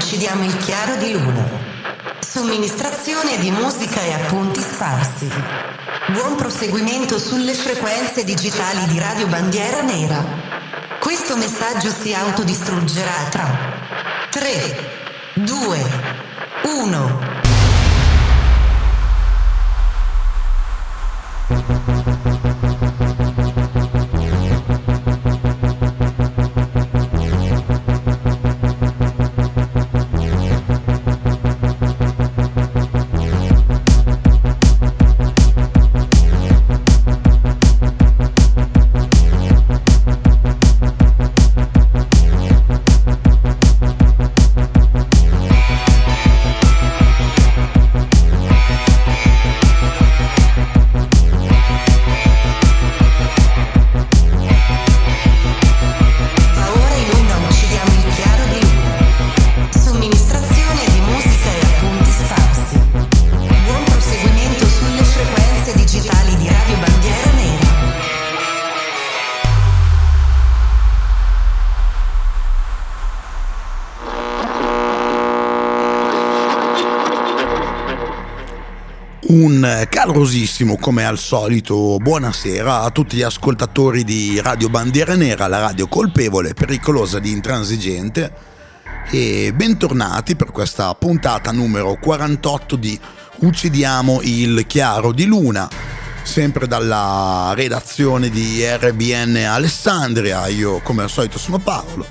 uccidiamo il chiaro di luna. Somministrazione di musica e appunti sparsi. Buon proseguimento sulle frequenze digitali di Radio Bandiera Nera. Questo messaggio si autodistruggerà tra 3, 2, 1. Un calorosissimo, come al solito, buonasera a tutti gli ascoltatori di Radio Bandiera Nera, la radio colpevole, pericolosa ed intransigente, e bentornati per questa puntata numero 48 di Uccidiamo il chiaro di luna, sempre dalla redazione di RBN Alessandria. Io come al solito sono Paolo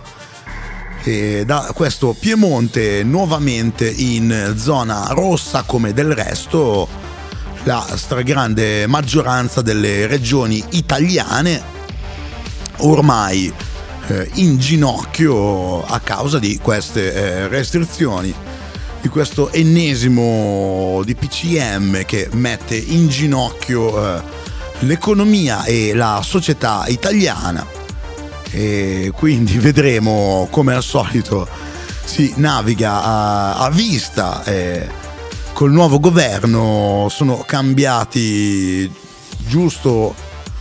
e da questo Piemonte nuovamente in zona rossa, come del resto la stragrande maggioranza delle regioni italiane, ormai in ginocchio a causa di queste restrizioni, di questo ennesimo DPCM che mette in ginocchio l'economia e la società italiana. E quindi vedremo, come al solito si naviga a vista. Col nuovo governo sono cambiati giusto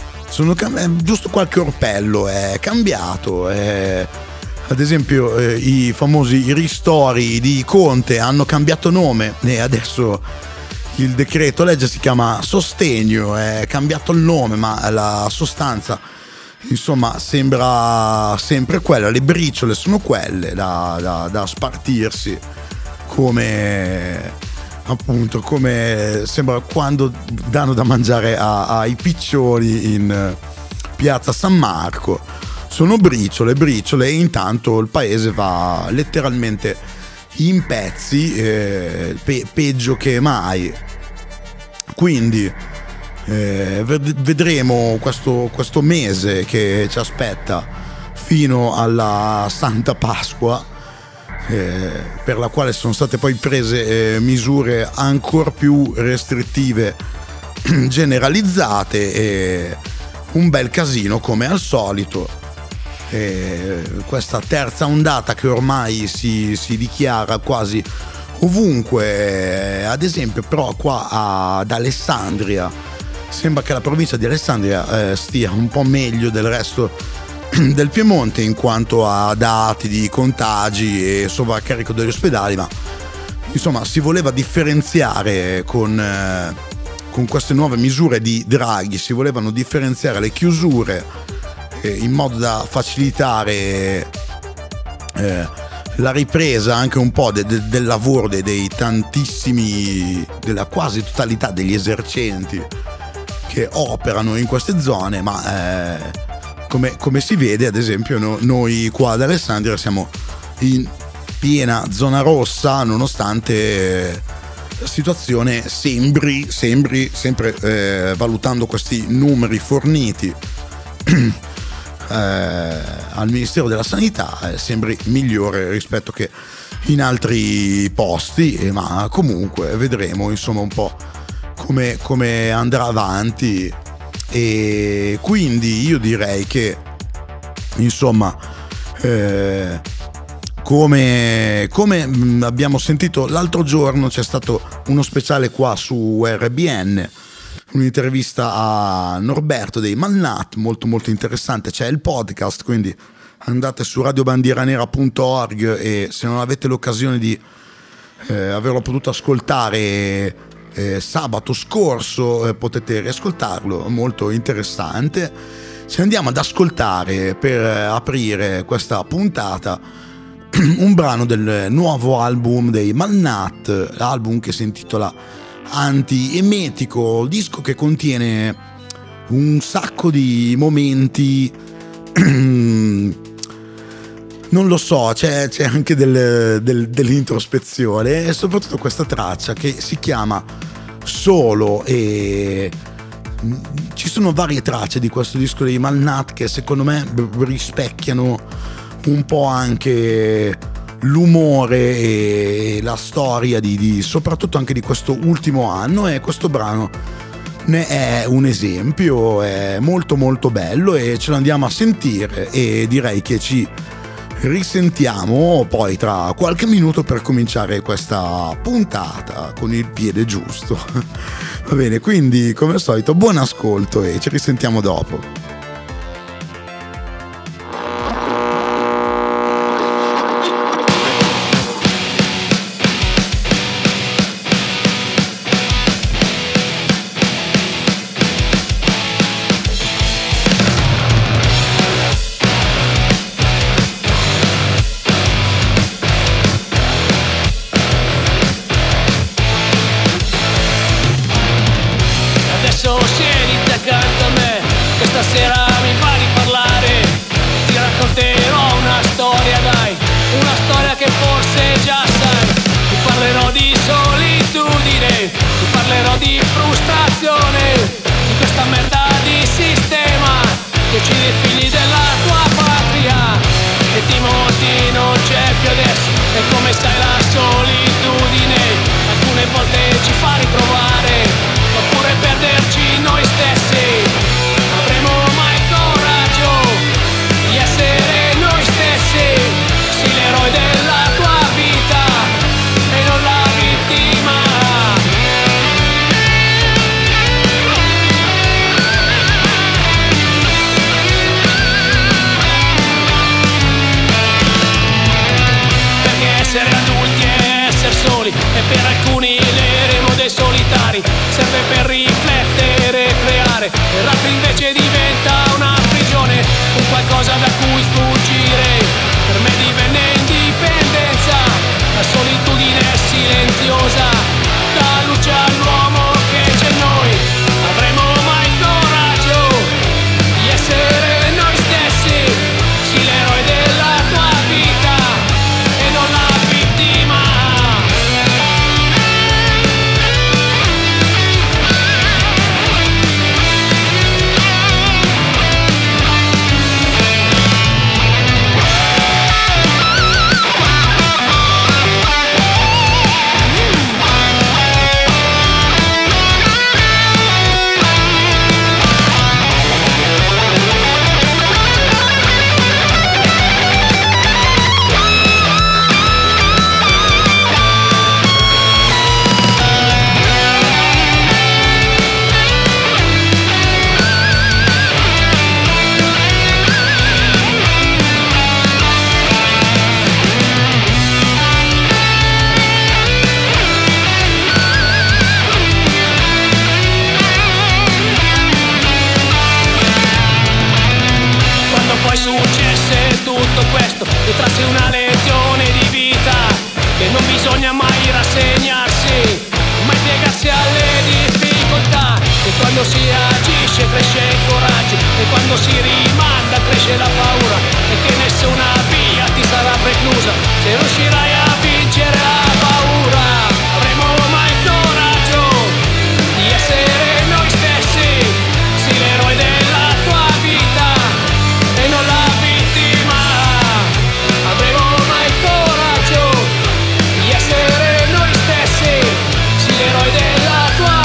qualche orpello è cambiato. Ad esempio i famosi ristori di Conte hanno cambiato nome e adesso il decreto legge si chiama sostegno, è cambiato il nome ma la sostanza insomma sembra sempre quella, le briciole sono quelle da spartirsi, come sembra quando danno da mangiare ai piccioni in piazza San Marco. Sono briciole e intanto il paese va letteralmente in pezzi, peggio che mai. Quindi vedremo questo mese che ci aspetta fino alla Santa Pasqua, per la quale sono state poi prese misure ancor più restrittive generalizzate e un bel casino come al solito. Questa terza ondata che ormai si dichiara quasi ovunque, ad esempio però qua ad Alessandria sembra che la provincia di Alessandria stia un po' meglio del resto del Piemonte in quanto a dati di contagi e sovraccarico degli ospedali, ma insomma si voleva differenziare con queste nuove misure di Draghi, si volevano differenziare le chiusure in modo da facilitare la ripresa anche un po' del lavoro dei tantissimi, della quasi totalità degli esercenti che operano in queste zone, ma come si vede, ad esempio, noi qua ad Alessandria siamo in piena zona rossa, nonostante la situazione sembri sempre valutando questi numeri forniti al Ministero della Sanità, sembri migliore rispetto che in altri posti, ma comunque vedremo insomma un po' come andrà avanti. E quindi io direi che insomma come abbiamo sentito l'altro giorno, c'è stato uno speciale qua su RBN, un'intervista a Norberto dei Malnat molto molto interessante, c'è il podcast, quindi andate su radiobandieranera.org e se non avete l'occasione di averlo potuto ascoltare sabato scorso potete riascoltarlo, molto interessante. Se andiamo ad ascoltare per aprire questa puntata un brano del nuovo album dei Malnat, l'album che si intitola Anti-emetico, disco che contiene un sacco di momenti non lo so, c'è anche dell'introspezione e soprattutto questa traccia che si chiama Solo, e ci sono varie tracce di questo disco dei Malnat che secondo me rispecchiano un po' anche l'umore e la storia di soprattutto anche di questo ultimo anno, e questo brano ne è un esempio. È molto molto bello e ce lo andiamo a sentire, e direi che ci risentiamo poi tra qualche minuto per cominciare questa puntata con il piede giusto. Va bene, quindi come al solito buon ascolto e ci risentiamo dopo.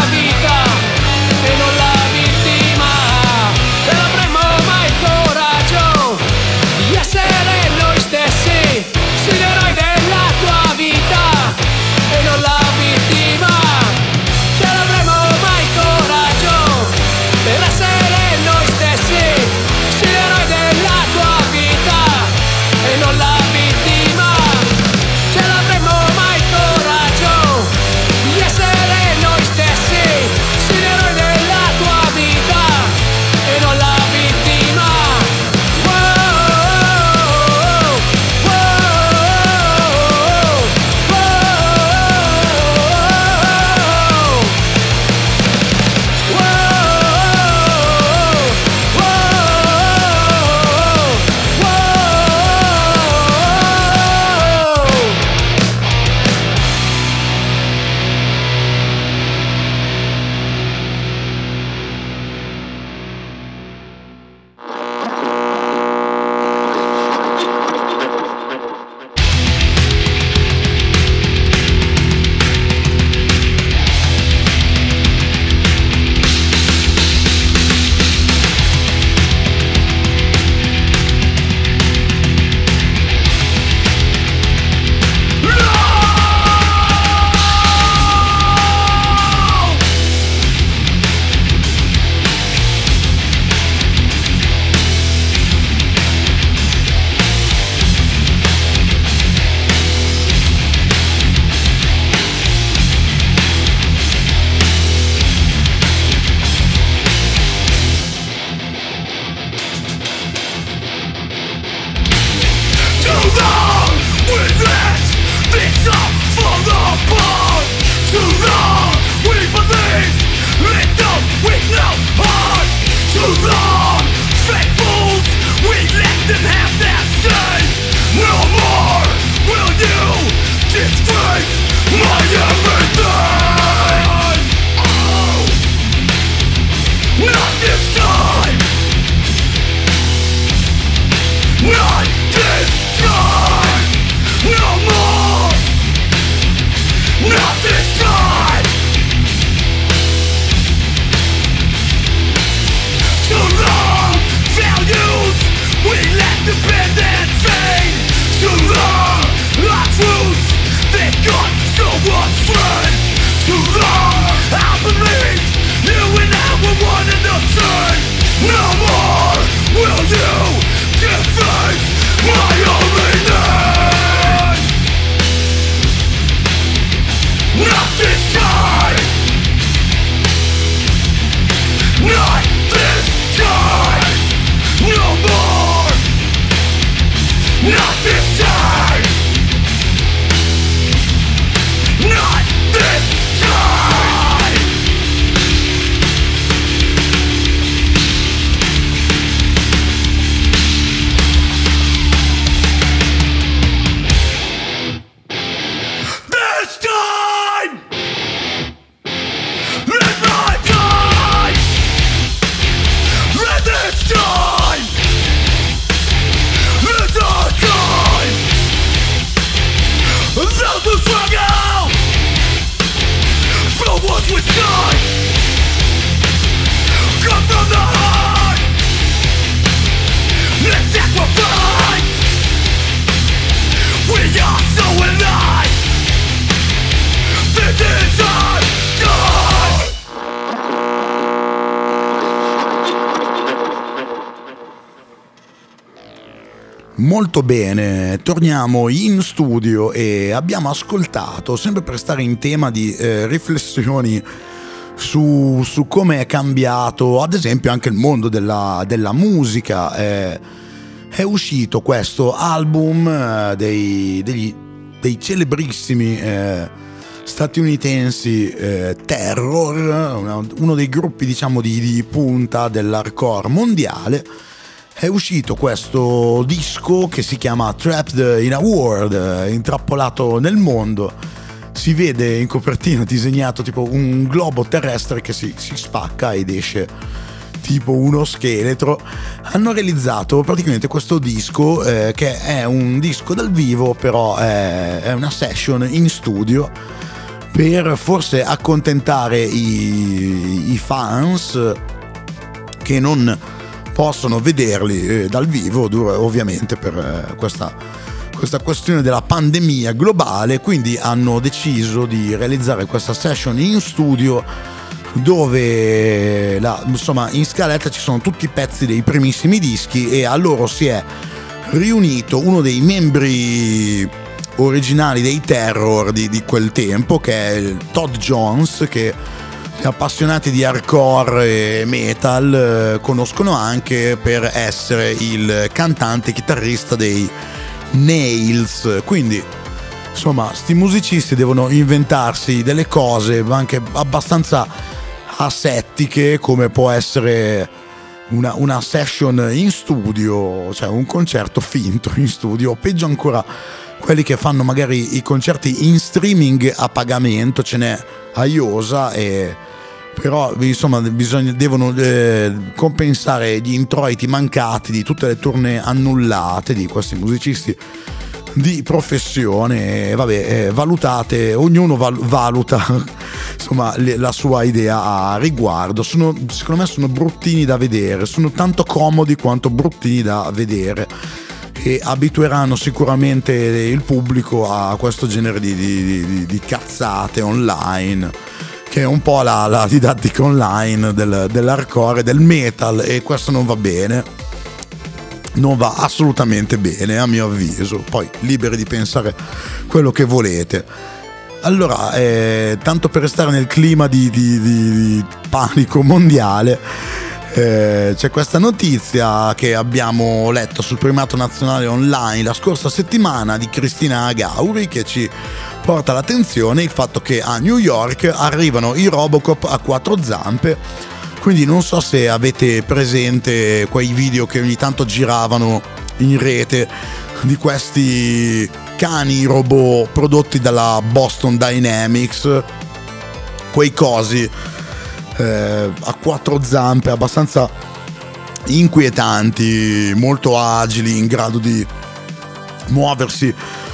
Coraggio Molto bene, torniamo in studio e abbiamo ascoltato, sempre per stare in tema di riflessioni su come è cambiato ad esempio anche il mondo della musica. È uscito questo album dei celebrissimi statunitensi Terror, uno dei gruppi diciamo di punta dell'hardcore mondiale. È uscito questo disco che si chiama Trapped in a World, intrappolato nel mondo. Si vede in copertina disegnato tipo un globo terrestre che si spacca ed esce tipo uno scheletro. Hanno realizzato praticamente questo disco che è un disco dal vivo, però è una session in studio per forse accontentare i fans che non possono vederli dal vivo, ovviamente per questa questione della pandemia globale. Quindi hanno deciso di realizzare questa session in studio dove insomma in scaletta ci sono tutti i pezzi dei primissimi dischi, e a loro si è riunito uno dei membri originali dei Terror di quel tempo, che è Todd Jones, che gli appassionati di hardcore e metal conoscono anche per essere il cantante e chitarrista dei Nails. Quindi insomma sti musicisti devono inventarsi delle cose anche abbastanza asettiche, come può essere una session in studio, cioè un concerto finto in studio, o peggio ancora quelli che fanno magari i concerti in streaming a pagamento. Ce n'è a iosa, però insomma devono compensare gli introiti mancati di tutte le tournée annullate di questi musicisti di professione. Vabbè, valutate, ognuno valuta insomma la sua idea a riguardo. Secondo me sono bruttini da vedere, sono tanto comodi quanto bruttini da vedere, e abitueranno sicuramente il pubblico a questo genere di cazzate online, che è un po' la didattica online dell'hardcore e del metal, e questo non va bene, non va assolutamente bene a mio avviso. Poi liberi di pensare quello che volete. Allora, tanto per restare nel clima di panico mondiale, c'è questa notizia che abbiamo letto sul primato nazionale online la scorsa settimana di Cristina Agauri, che ci porta all'attenzione il fatto che a New York arrivano i Robocop a 4 zampe. Quindi non so se avete presente quei video che ogni tanto giravano in rete di questi cani robot prodotti dalla Boston Dynamics, quei cosi a 4 zampe abbastanza inquietanti, molto agili, in grado di muoversi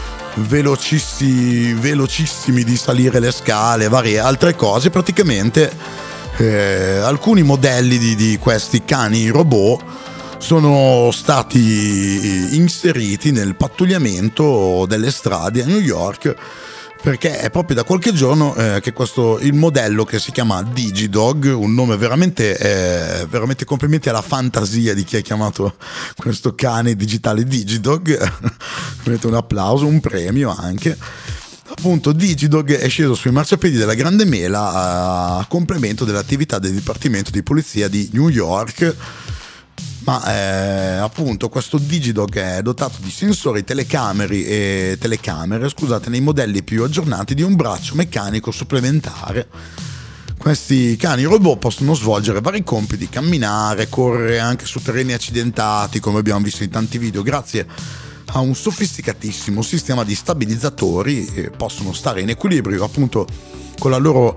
velocissimi, di salire le scale, varie altre cose. Praticamente alcuni modelli di questi cani robot sono stati inseriti nel pattugliamento delle strade a New York, perché è proprio da qualche giorno che il modello, che si chiama Digidog, un nome veramente complimenti alla fantasia di chi ha chiamato questo cane digitale Digidog, avete un applauso, un premio anche. Appunto, Digidog è sceso sui marciapiedi della Grande Mela a complemento dell'attività del Dipartimento di Polizia di New York, ma appunto questo Digidog è dotato di sensori, telecamere nei modelli più aggiornati di un braccio meccanico supplementare. Questi cani robot possono svolgere vari compiti, camminare, correre anche su terreni accidentati, come abbiamo visto in tanti video, grazie a un sofisticatissimo sistema di stabilizzatori e possono stare in equilibrio appunto con la loro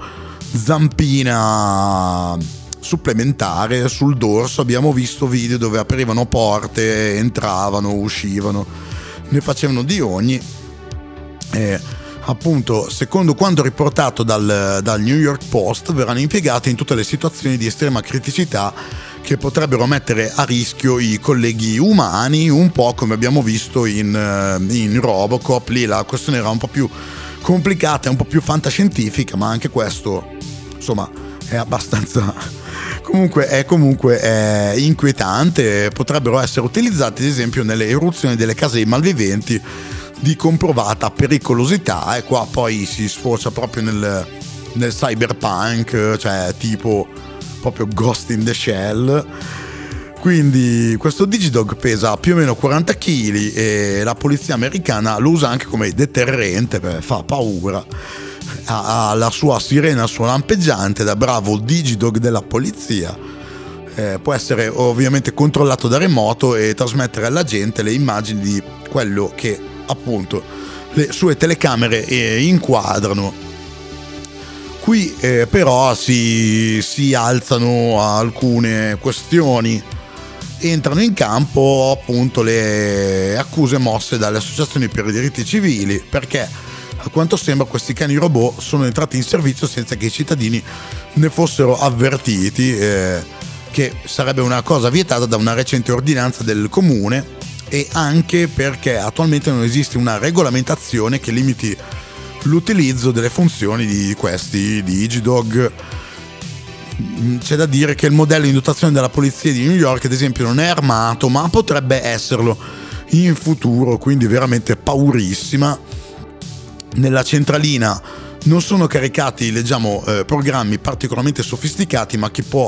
zampina supplementare sul dorso. Abbiamo visto video dove aprivano porte, entravano, uscivano, ne facevano di ogni. Appunto, secondo quanto riportato dal New York Post, verranno impiegati in tutte le situazioni di estrema criticità che potrebbero mettere a rischio i colleghi umani, un po' come abbiamo visto in Robocop. Lì la questione era un po' più complicata, un po' più fantascientifica, ma anche questo insomma è abbastanza è inquietante. Potrebbero essere utilizzati ad esempio nelle eruzioni delle case dei malviventi di comprovata pericolosità, e qua poi si sfocia proprio nel cyberpunk, cioè tipo proprio Ghost in the Shell. Quindi questo Digidog pesa più o meno 40 kg e la polizia americana lo usa anche come deterrente, fa paura. Ha la sua sirena lampeggiante da bravo Digidog della polizia. Può essere ovviamente controllato da remoto e trasmettere alla gente le immagini di quello che appunto le sue telecamere inquadrano. Qui però si alzano alcune questioni. Entrano in campo appunto le accuse mosse dalle associazioni per i diritti civili, perché a quanto sembra questi cani robot sono entrati in servizio senza che i cittadini ne fossero avvertiti, che sarebbe una cosa vietata da una recente ordinanza del comune, e anche perché attualmente non esiste una regolamentazione che limiti l'utilizzo delle funzioni di questi Digidog. C'è da dire che il modello in dotazione della polizia di New York ad esempio non è armato, ma potrebbe esserlo in futuro, quindi veramente paurissima. Nella centralina non sono caricati, leggiamo, programmi particolarmente sofisticati, ma chi può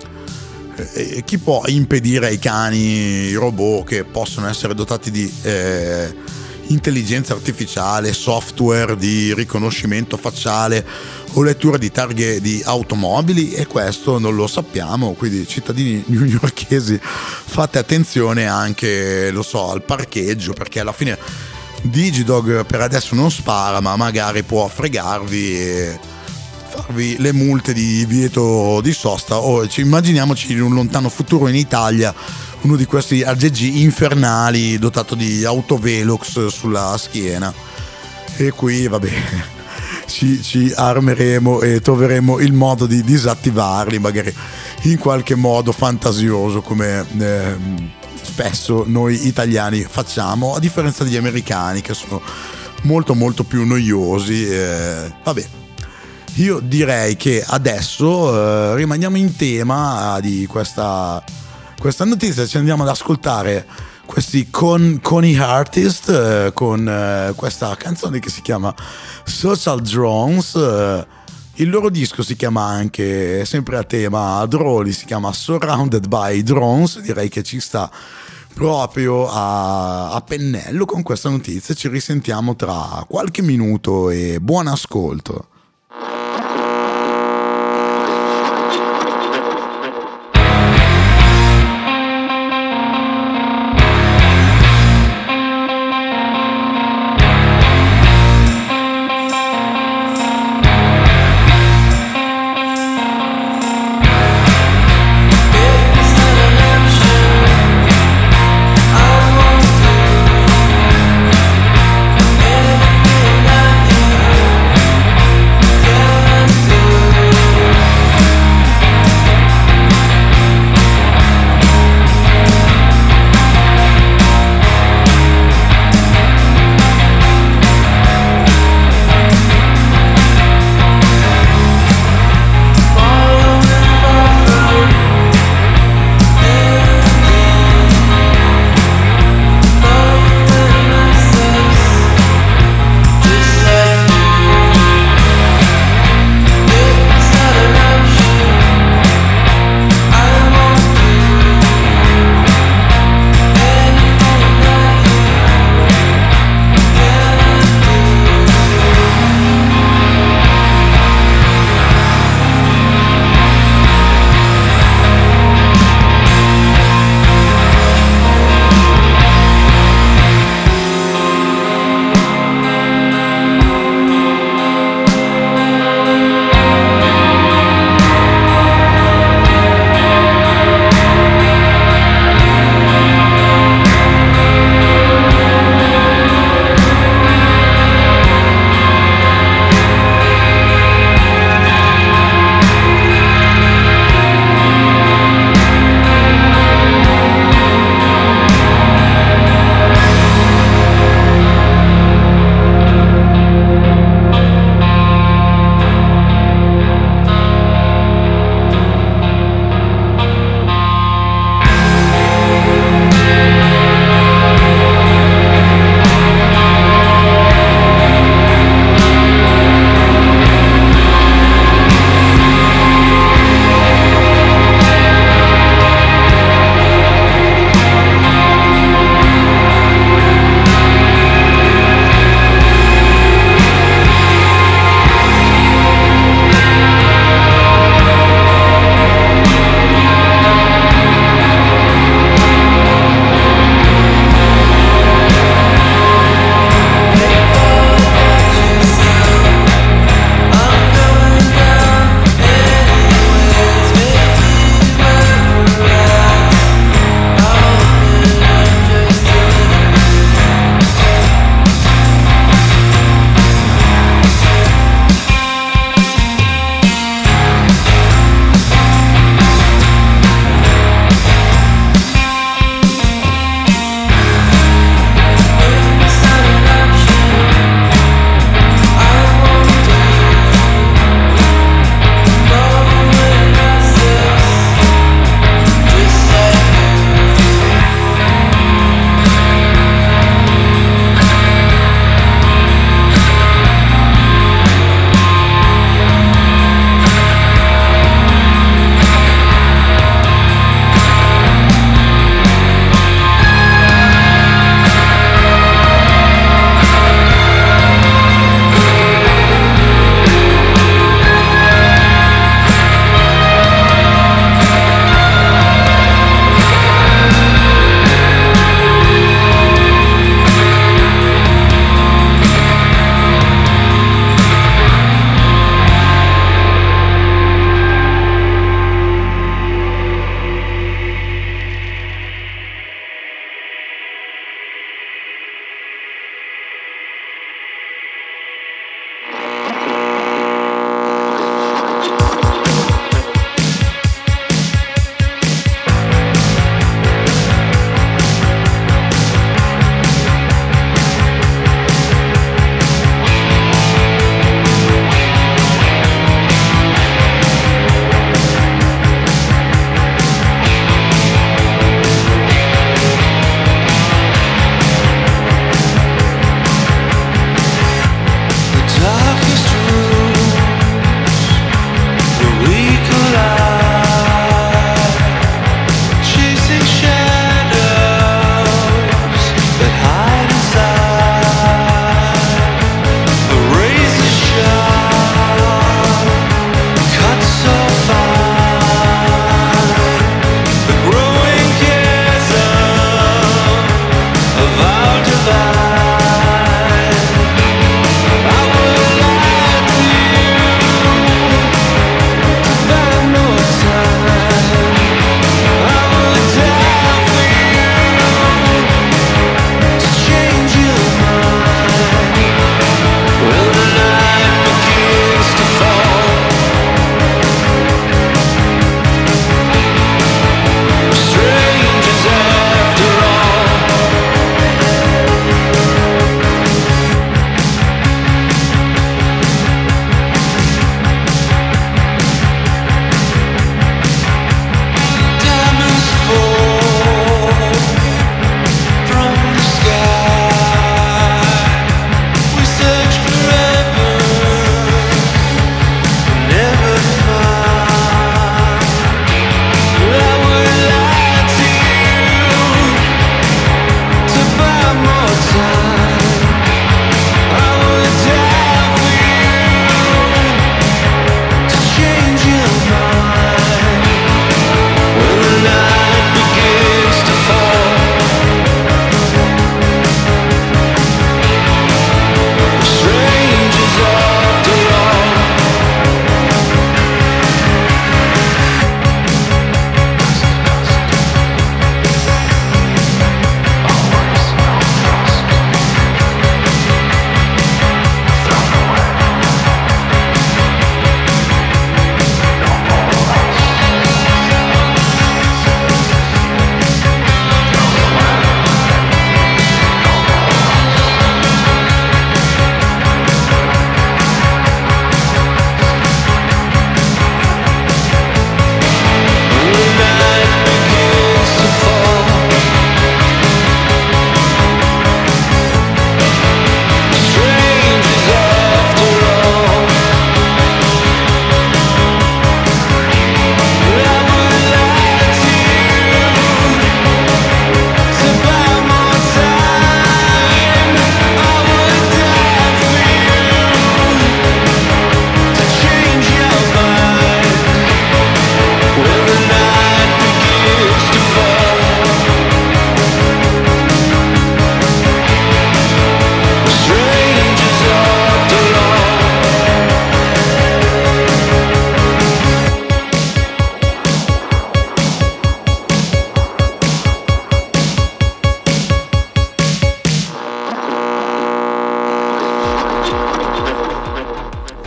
impedire ai cani robot, che possono essere dotati di intelligenza artificiale, software di riconoscimento facciale o lettura di targhe di automobili? E questo non lo sappiamo, quindi cittadini newyorkesi fate attenzione anche, lo so, al parcheggio, perché alla fine Digidog per adesso non spara, ma magari può fregarvi e farvi le multe di divieto di sosta. O immaginiamoci in un lontano futuro in Italia uno di questi aggeggi infernali dotato di autovelox sulla schiena, e qui vabbè ci armeremo e troveremo il modo di disattivarli, magari in qualche modo fantasioso, come spesso noi italiani facciamo, a differenza degli americani che sono molto molto più noiosi. Vabbè, io direi che adesso rimaniamo in tema di questa notizia, ci andiamo ad ascoltare questi Coney Artist con questa canzone che si chiama Social Drones. Il loro disco si chiama anche, sempre a tema droni, si chiama Surrounded by Drones. Direi che ci sta proprio a pennello con questa notizia. Ci risentiamo tra qualche minuto e buon ascolto.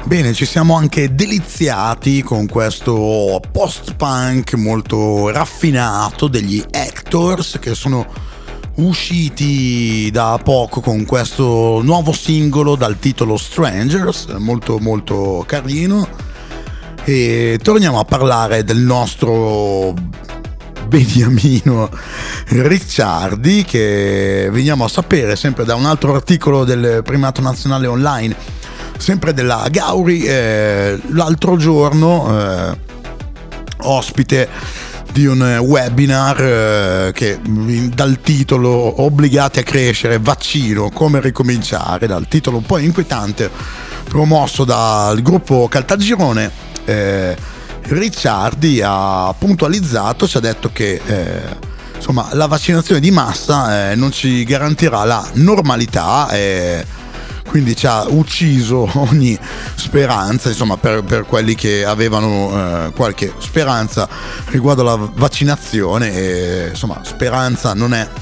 Bene, ci siamo anche deliziati con questo post-punk molto raffinato degli Hectors, che sono usciti da poco con questo nuovo singolo dal titolo Strangers, molto molto carino. E torniamo a parlare del nostro beniamino Ricciardi, che veniamo a sapere sempre da un altro articolo del Primato Nazionale Online, sempre della Gauri, l'altro giorno ospite di un webinar che dal titolo Obbligati a crescere, vaccino, come ricominciare, dal titolo un po' inquietante, promosso dal gruppo Caltagirone, Ricciardi ha puntualizzato, ci ha detto che insomma la vaccinazione di massa non ci garantirà la normalità, quindi ci ha ucciso ogni speranza, insomma, per quelli che avevano qualche speranza riguardo alla vaccinazione. E, insomma, speranza non è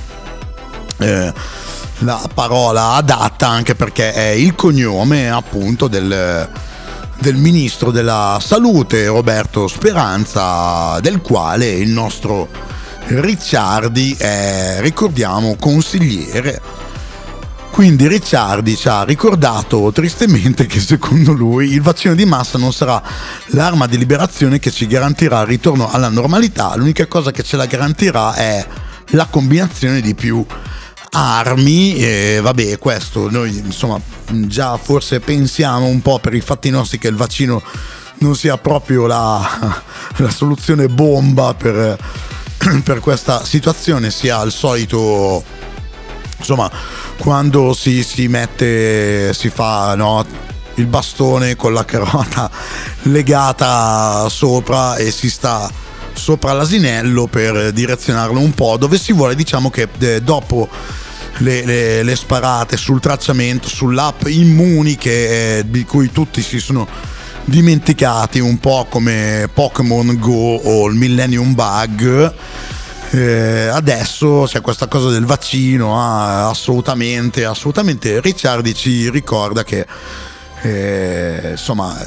la parola adatta, anche perché è il cognome appunto del ministro della salute Roberto Speranza, del quale il nostro Ricciardi è, ricordiamo, consigliere. Quindi Ricciardi ci ha ricordato tristemente che secondo lui il vaccino di massa non sarà l'arma di liberazione che ci garantirà il ritorno alla normalità. L'unica cosa che ce la garantirà è la combinazione di più armi. E vabbè, questo noi insomma già forse pensiamo un po' per i fatti nostri che il vaccino non sia proprio la soluzione bomba per questa situazione, sia al solito, insomma, quando si mette, si fa, no, il bastone con la carota legata sopra e si sta sopra l'asinello per direzionarlo un po' dove si vuole. Diciamo che dopo le sparate sul tracciamento, sull'app Immuni, di cui tutti si sono dimenticati, un po' come Pokémon Go o il Millennium Bug, adesso c'è questa cosa del vaccino. Assolutamente Ricciardi ci ricorda che insomma,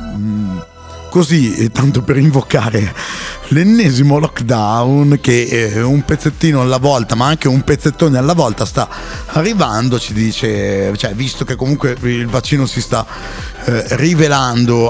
così, tanto per invocare l'ennesimo lockdown che un pezzettino alla volta, ma anche un pezzettone alla volta, sta arrivando, ci dice, cioè, visto che comunque il vaccino si sta rivelando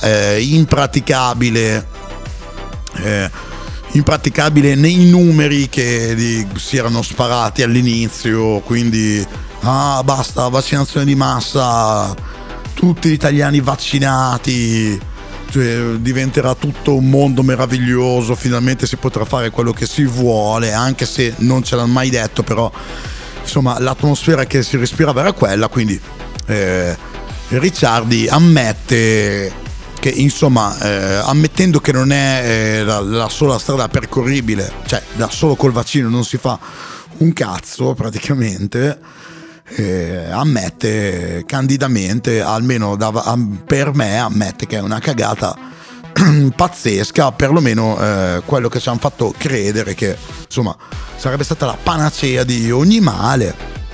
impraticabile nei numeri che si erano sparati all'inizio, quindi basta vaccinazione di massa, tutti gli italiani vaccinati, cioè, diventerà tutto un mondo meraviglioso, finalmente si potrà fare quello che si vuole, anche se non ce l'hanno mai detto, però insomma l'atmosfera che si respirava era quella. Quindi Ricciardi ammette che, insomma, ammettendo che non è la sola strada percorribile, cioè da solo col vaccino non si fa un cazzo praticamente, ammette candidamente, almeno per me, ammette che è una cagata pazzesca, perlomeno quello che ci hanno fatto credere, che insomma sarebbe stata la panacea di ogni male.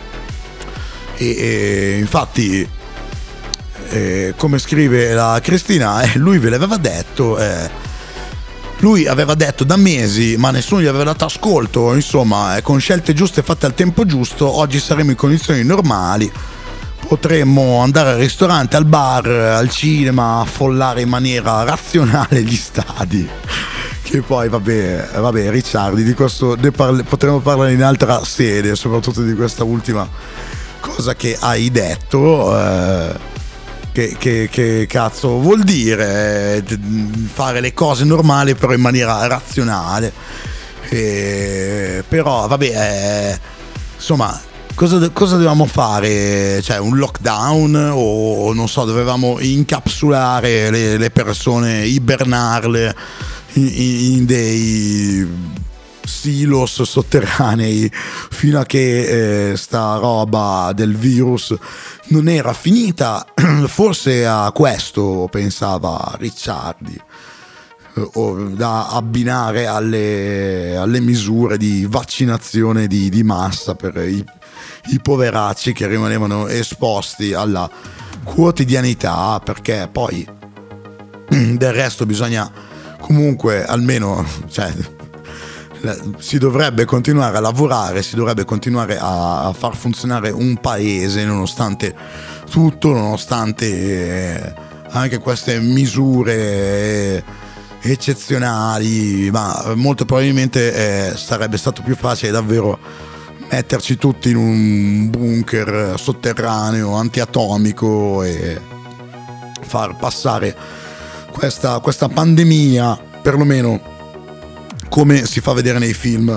E infatti, come scrive la Cristina, lui ve l'aveva detto, lui aveva detto da mesi, ma nessuno gli aveva dato ascolto. Insomma, con scelte giuste fatte al tempo giusto, oggi saremo in condizioni normali, potremmo andare al ristorante, al bar, al cinema, affollare in maniera razionale gli stadi. Che poi vabbè Ricciardi, di questo potremmo parlare in altra sede, soprattutto di questa ultima cosa che hai detto. Che cazzo vuol dire fare le cose normali però in maniera razionale? Però vabbè, insomma, cosa dovevamo fare? Cioè, un lockdown, o non so, dovevamo incapsulare le persone, ibernarle in dei silos sotterranei fino a che sta roba del virus non era finita. Forse a questo pensava Ricciardi, da abbinare alle misure di vaccinazione di massa per i poveracci che rimanevano esposti alla quotidianità, perché poi del resto bisogna comunque almeno, cioè, si dovrebbe continuare a lavorare, si dovrebbe continuare a far funzionare un paese nonostante tutto, nonostante anche queste misure eccezionali, ma molto probabilmente sarebbe stato più facile davvero metterci tutti in un bunker sotterraneo antiatomico e far passare questa pandemia, perlomeno come si fa vedere nei film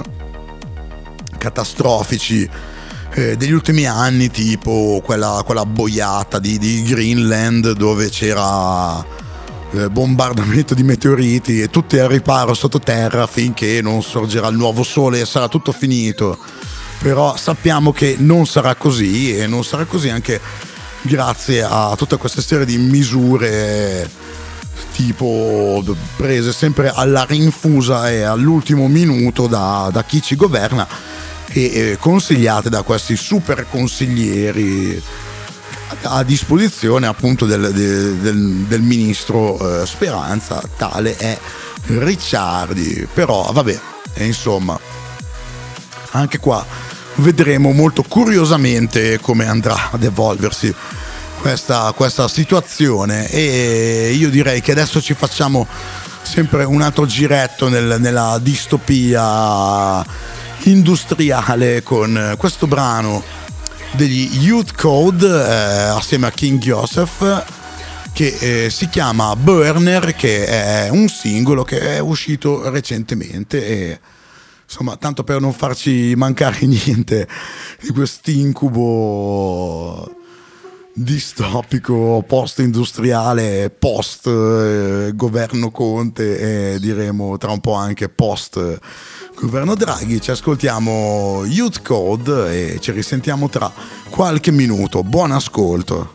catastrofici degli ultimi anni, tipo quella boiata di Greenland, dove c'era bombardamento di meteoriti e tutti al riparo sottoterra finché non sorgerà il nuovo sole e sarà tutto finito. Però sappiamo che non sarà così, e non sarà così anche grazie a tutta questa serie di misure tipo prese sempre alla rinfusa e all'ultimo minuto da chi ci governa e consigliate da questi super consiglieri a disposizione appunto del ministro Speranza, tale è Ricciardi. Però vabbè, insomma, anche qua vedremo molto curiosamente come andrà ad evolversi questa situazione, e io direi che adesso ci facciamo sempre un altro giretto nella distopia industriale con questo brano degli Youth Code assieme a King Joseph, che si chiama Burner, che è un singolo che è uscito recentemente, e insomma, tanto per non farci mancare niente di quest'incubo distopico post-industriale, post governo Conte, e diremo tra un po' anche post governo Draghi, ci ascoltiamo Youth Code e ci risentiamo tra qualche minuto. Buon ascolto.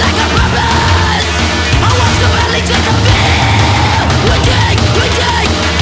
Just a feel, we dig,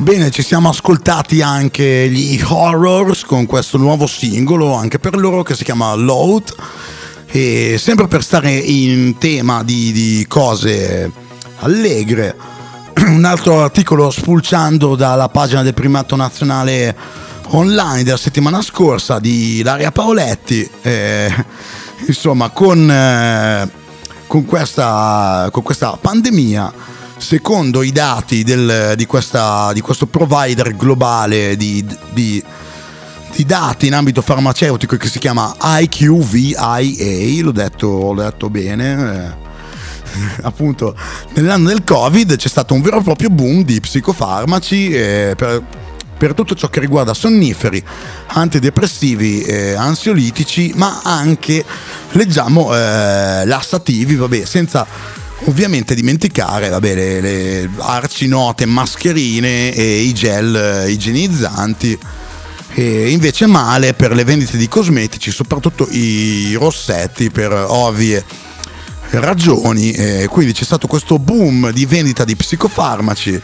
Bene, ci siamo ascoltati anche gli Horrors con questo nuovo singolo, anche per loro, che si chiama Load. E sempre per stare in tema di cose allegre, un altro articolo spulciando dalla pagina del Primato Nazionale online della settimana scorsa di Ilaria Paoletti, insomma con questa pandemia, secondo i dati di questo provider globale di dati in ambito farmaceutico che si chiama IQVIA, l'ho detto bene, appunto nell'anno del Covid c'è stato un vero e proprio boom di psicofarmaci per tutto ciò che riguarda sonniferi, antidepressivi, ansiolitici, ma anche, leggiamo, lassativi, senza ovviamente dimenticare le arcinote mascherine e i gel igienizzanti. E invece male per le vendite di cosmetici, soprattutto i rossetti, per ovvie ragioni. Quindi c'è stato questo boom di vendita di psicofarmaci,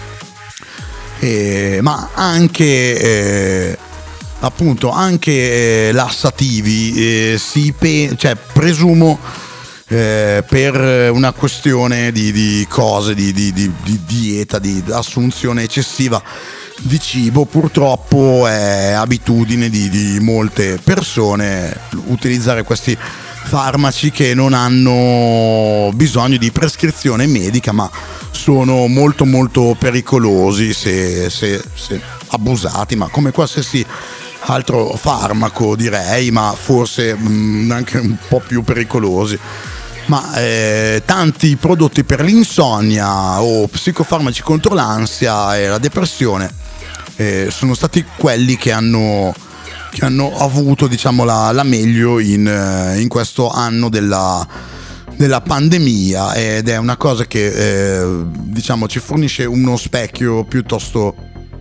ma anche appunto anche lassativi, presumo per una questione di cose, di dieta, di assunzione eccessiva di cibo. Purtroppo è abitudine di molte persone utilizzare questi farmaci che non hanno bisogno di prescrizione medica, ma sono molto molto pericolosi se abusati, ma come qualsiasi altro farmaco, direi, ma forse anche un po' più pericolosi. Ma tanti prodotti per l'insonnia o psicofarmaci contro l'ansia e la depressione sono stati quelli che hanno avuto, diciamo, la meglio in questo anno della pandemia, ed è una cosa che diciamo ci fornisce uno specchio piuttosto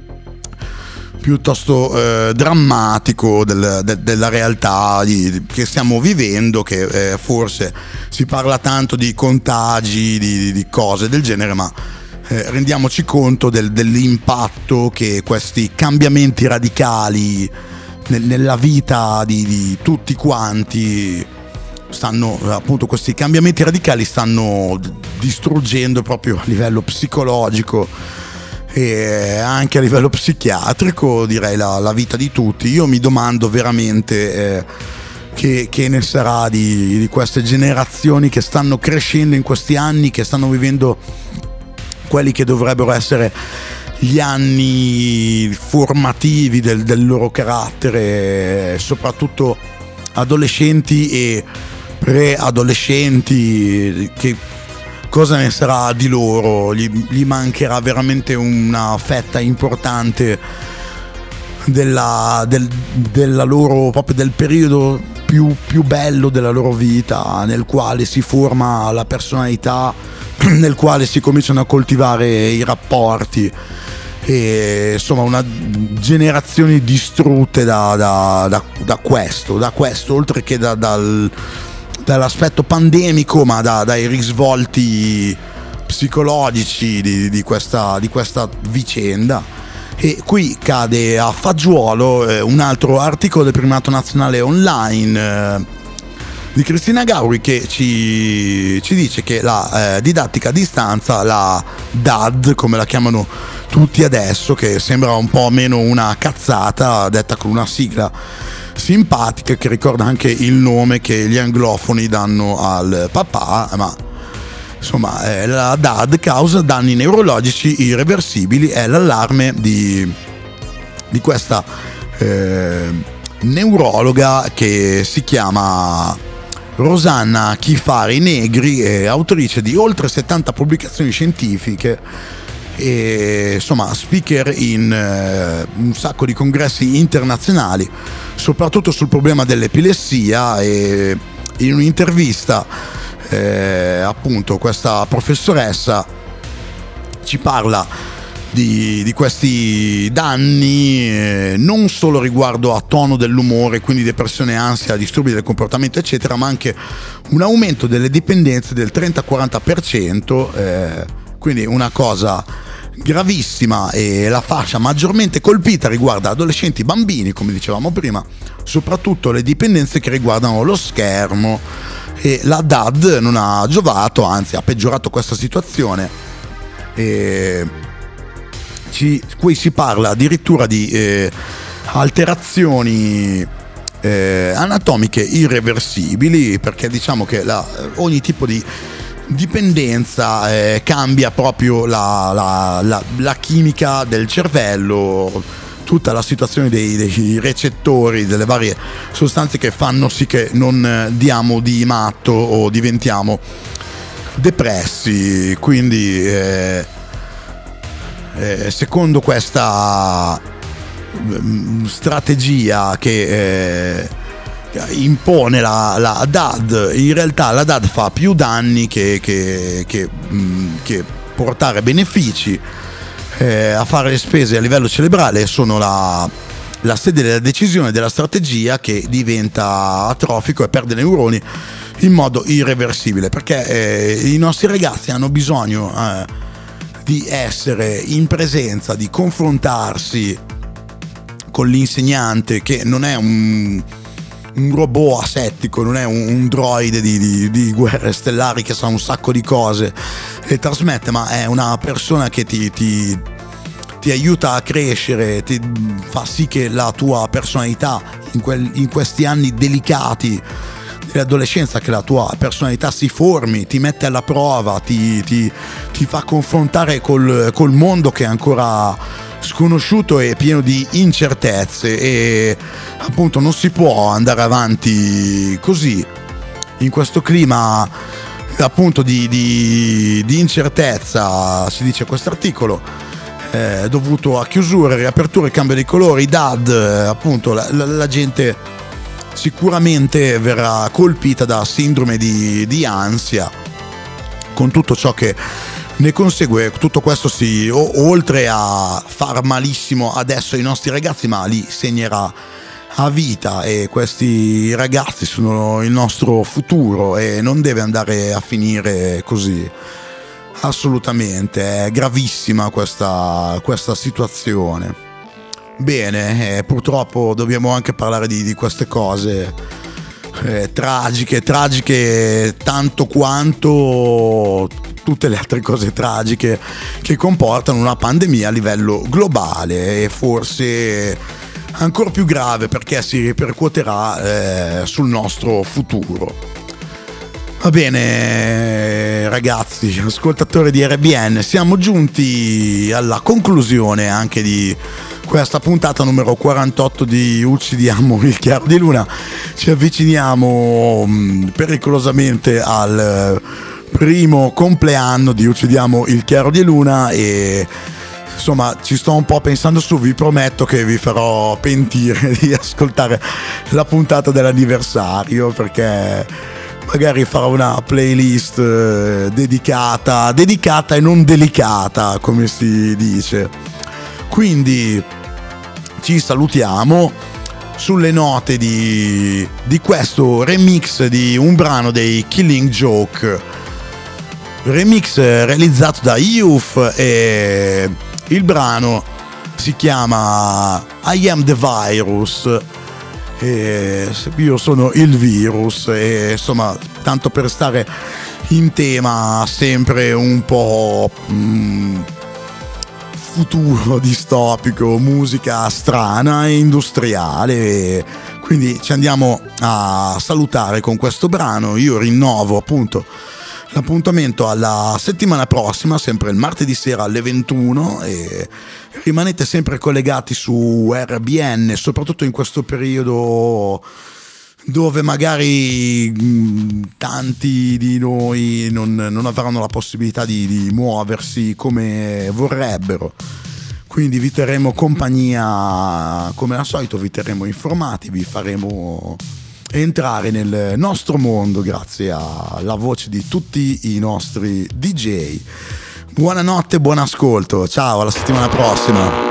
drammatico della realtà che stiamo vivendo, che forse si parla tanto di contagi, di cose del genere, ma rendiamoci conto dell'impatto che questi cambiamenti radicali nella vita di tutti quanti questi cambiamenti radicali stanno distruggendo proprio a livello psicologico e anche a livello psichiatrico, direi, la vita di tutti. Io mi domando veramente che ne sarà di queste generazioni che stanno crescendo in questi anni, che stanno vivendo quelli che dovrebbero essere gli anni formativi del loro carattere, soprattutto adolescenti e preadolescenti. Che cosa ne sarà di loro? Gli mancherà veramente una fetta importante della loro, proprio del periodo più bello della loro vita, nel quale si forma la personalità, nel quale si cominciano a coltivare i rapporti, e insomma generazioni distrutte da questo, oltre che dall'aspetto pandemico, ma dai risvolti psicologici di questa vicenda. E qui cade a fagiolo un altro articolo del Primato Nazionale online di Cristina Gauri, che ci dice che la didattica a distanza, la DAD come la chiamano tutti adesso, che sembra un po' meno una cazzata detta con una sigla simpatica che ricorda anche il nome che gli anglofoni danno al papà, ma insomma la DAD causa danni neurologici irreversibili. È l'allarme di questa neurologa che si chiama Rosanna Chifari Negri, autrice di oltre 70 pubblicazioni scientifiche e insomma speaker in un sacco di congressi internazionali, soprattutto sul problema dell'epilessia. E in un'intervista appunto questa professoressa ci parla di questi danni, non solo riguardo a tono dell'umore, quindi depressione, ansia, disturbi del comportamento eccetera, ma anche un aumento delle dipendenze del 30-40%, quindi una cosa gravissima, e la fascia maggiormente colpita riguarda adolescenti e bambini, come dicevamo prima, soprattutto le dipendenze che riguardano lo schermo, e la DAD non ha giovato, anzi ha peggiorato questa situazione. Qui si parla addirittura di alterazioni anatomiche irreversibili, perché diciamo che ogni tipo di dipendenza cambia proprio la chimica del cervello, tutta la situazione dei recettori, delle varie sostanze che fanno sì che non diamo di matto o diventiamo depressi. Quindi secondo questa strategia che impone la DAD, in realtà la DAD fa più danni che portare benefici. A fare le spese a livello cerebrale sono la sede della decisione della strategia, che diventa atrofico e perde neuroni in modo irreversibile, perché i nostri ragazzi hanno bisogno di essere in presenza, di confrontarsi con l'insegnante, che non è un robot asettico, non è un droide di guerre stellari che sa un sacco di cose e trasmette, ma è una persona che ti aiuta a crescere, ti fa sì che la tua personalità in questi anni delicati dell'adolescenza, che la tua personalità si formi, ti mette alla prova, ti fa confrontare col mondo che è ancora sconosciuto e pieno di incertezze, e appunto non si può andare avanti così in questo clima appunto di incertezza, si dice quest'articolo, dovuto a chiusure, riaperture, cambio di colori, DAD, appunto la gente sicuramente verrà colpita da sindrome di ansia, con tutto ciò che ne consegue. Tutto questo oltre a far malissimo adesso ai nostri ragazzi, ma li segnerà a vita, e questi ragazzi sono il nostro futuro e non deve andare a finire così, assolutamente. È gravissima questa situazione. Bene, purtroppo dobbiamo anche parlare di queste cose tragiche tanto quanto tutte le altre cose tragiche che comportano una pandemia a livello globale, e forse ancora più grave perché si ripercuoterà sul nostro futuro. Va bene ragazzi, ascoltatori di RBN, siamo giunti alla conclusione anche di questa puntata numero 48 di Uccidiamo il Chiaro di Luna. Ci avviciniamo pericolosamente al primo compleanno di Uccidiamo il Chiaro di Luna, e insomma ci sto un po' pensando su. Vi prometto che vi farò pentire di ascoltare la puntata dell'anniversario, perché magari farò una playlist dedicata e non delicata, come si dice. Quindi ci salutiamo sulle note di questo remix di un brano dei Killing Joke, remix realizzato da Youth, e il brano si chiama I Am the Virus, e io sono il virus. E insomma, tanto per stare in tema, sempre un po' futuro distopico, musica strana e industriale, quindi ci andiamo a salutare con questo brano. Io rinnovo appunto l'appuntamento alla settimana prossima, sempre il martedì sera alle 21, e rimanete sempre collegati su RBN, soprattutto in questo periodo dove magari tanti di noi non avranno la possibilità di muoversi come vorrebbero. Quindi vi terremo compagnia come al solito, vi terremo informati, vi faremo entrare nel nostro mondo grazie alla voce di tutti i nostri DJ. Buonanotte, buon ascolto, ciao, alla settimana prossima.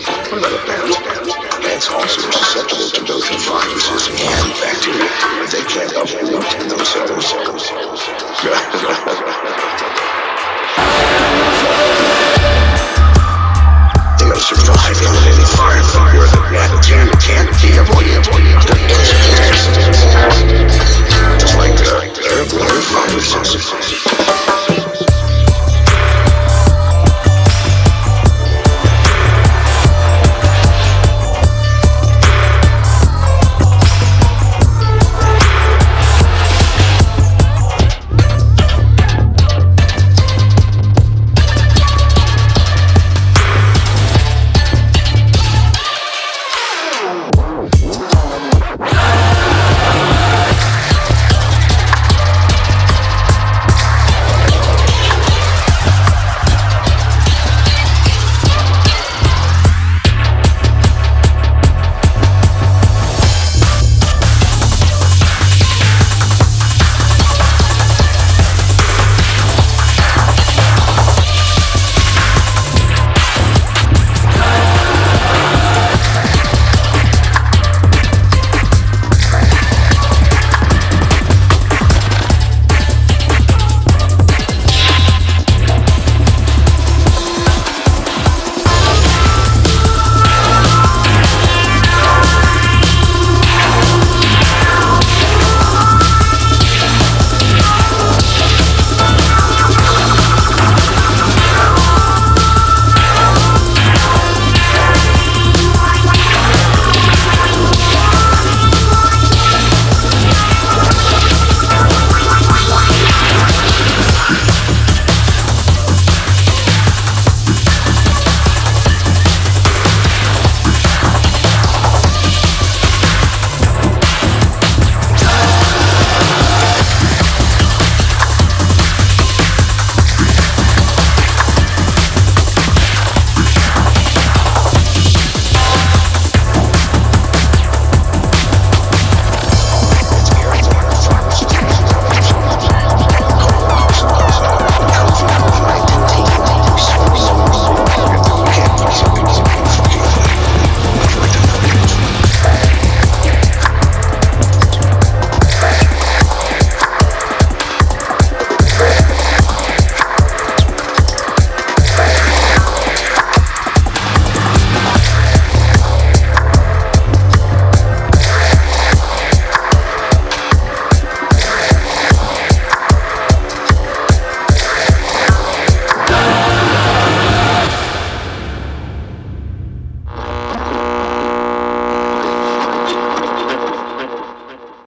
What about a plant? Plants also are susceptible to both viruses and bacteria, but they can't uproot themselves. They gotta survive in an environment where the bacteria can't be avoided.